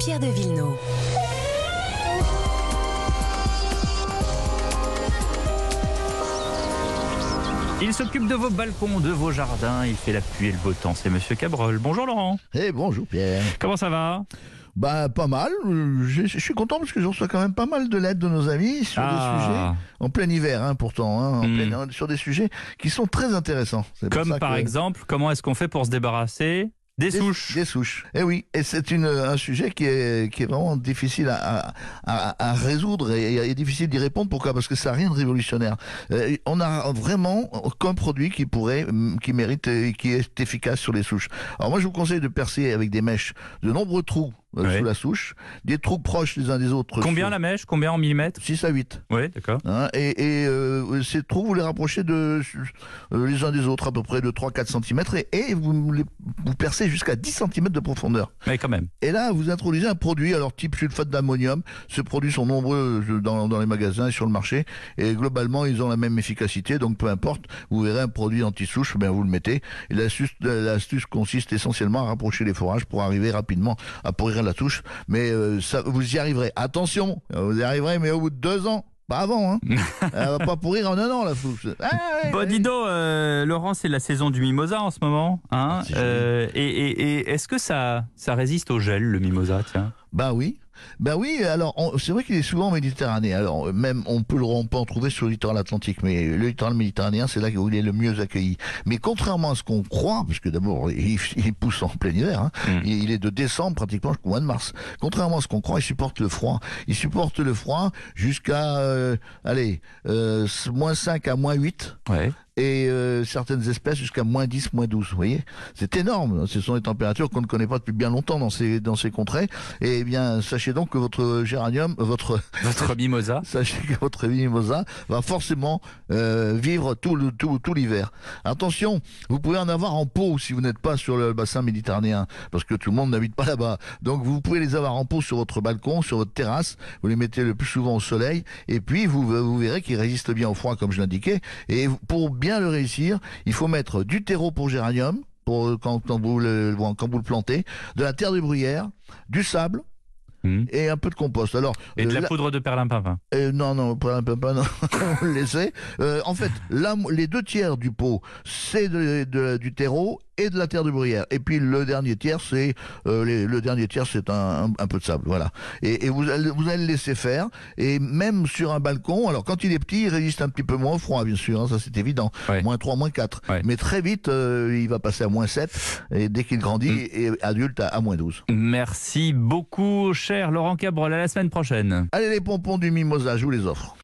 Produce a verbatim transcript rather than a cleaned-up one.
Pierre de Villeneuve. Il s'occupe de vos balcons, de vos jardins, il fait la pluie et le beau temps, c'est Monsieur Cabrol. Bonjour Laurent. Eh bonjour Pierre. Comment ça va? Bah pas mal, je, je suis content parce que je reçois quand même pas mal de lettres de nos amis sur Ah. des sujets, en plein hiver hein, pourtant, hein, en Hmm. plein- sur des sujets qui sont très intéressants. C'est pour Comme ça par que- exemple, comment est-ce qu'on fait pour se débarrasser des Des souches? Des souches. Eh oui, et c'est une, un sujet qui est, qui est vraiment difficile à, à, à résoudre et, et difficile d'y répondre. Pourquoi? Parce que ça n'a rien de révolutionnaire. Euh, on a vraiment qu'un produit qui pourrait, qui mérite et qui est efficace sur les souches. Alors moi, je vous conseille de percer avec des mèches de nombreux trous euh, Ouais. sous la souche, des trous proches les uns des autres. Combien sur la mèche? Combien en millimètres? six à huit. Oui, d'accord. Hein, et et euh, ces trous, vous les rapprochez de, euh, les uns des autres à peu près de trois à quatre centimètres et, et vous, les, vous percez jusqu'à dix centimètres de profondeur. Mais quand même. Et là, vous introduisez un produit, alors type sulfate d'ammonium. Ces produits sont nombreux dans, dans les magasins et sur le marché. Et globalement, ils ont la même efficacité. Donc peu importe, vous verrez un produit anti-souche, ben vous le mettez. Et l'astuce, l'astuce consiste essentiellement à rapprocher les fourrages pour arriver rapidement à pourrir la souche. Mais euh, ça, vous y arriverez. Attention, vous y arriverez, mais au bout de deux ans. Pas avant, hein. Elle va pas pourrir en un an, la souche. Ah, ouais, Bon, ouais. dis donc, euh, Laurent, c'est la saison du mimosa en ce moment. Hein. Ah, c'est joli. Euh, et et, et est-ce que ça, ça résiste au gel, le mimosa, tiens? Ben oui. Ben oui, alors on- c'est vrai qu'il est souvent en Méditerranée. Alors même on peut le on peut en trouver sur le littoral atlantique, mais le littoral méditerranéen c'est là où il est le mieux accueilli. Mais contrairement à ce qu'on croit, parce que d'abord il, il pousse en plein hiver, hein, Mm. il, il est de décembre pratiquement jusqu'au mois de mars. Contrairement à ce qu'on croit, il supporte le froid. Il supporte le froid jusqu'à euh, allez euh, moins cinq à moins huit. Ouais. Et euh, certaines espèces jusqu'à moins dix, moins douze, vous voyez. C'est énorme, ce sont des températures qu'on ne connaît pas depuis bien longtemps dans ces, dans ces contrées. Et eh bien, sachez donc que votre géranium, euh, votre, Votre mimosa? sachez que votre mimosa va forcément euh, vivre tout, le, tout, tout l'hiver. Attention, vous pouvez en avoir en pot si vous n'êtes pas sur le bassin méditerranéen, parce que tout le monde n'habite pas là-bas. Donc vous pouvez les avoir en pot sur votre balcon, sur votre terrasse, vous les mettez le plus souvent au soleil, et puis vous, vous verrez qu'ils résistent bien au froid, comme je l'indiquais. Et pour bien le réussir, il faut mettre du terreau pour géranium, pour quand, quand, vous le, quand vous le plantez, de la terre de bruyère, du sable Hmm. et un peu de compost. Alors, Et de euh, la là- poudre de perlimpinpin? euh, non, non, pas un peu pas, non. On le laissait. Euh, en fait, là, les deux tiers du pot, c'est de, de- du terreau et de la terre de bruyère. Et puis le dernier tiers, c'est euh, les- le dernier tiers, c'est un, un, un peu de sable, voilà. Et, et vous, allez, vous allez le laisser faire. Et même sur un balcon, alors quand il est petit, il résiste un petit peu moins au froid, bien sûr, hein, ça c'est évident. Ouais. Moins trois, moins quatre. Ouais. Mais très vite, euh, il va passer à moins sept. Et dès qu'il grandit, Mm. et, et adulte, à, à moins douze. Merci beaucoup, cher Laurent Cabrol. À la semaine prochaine. Allez, les pompons du mimosa, je vous les offre.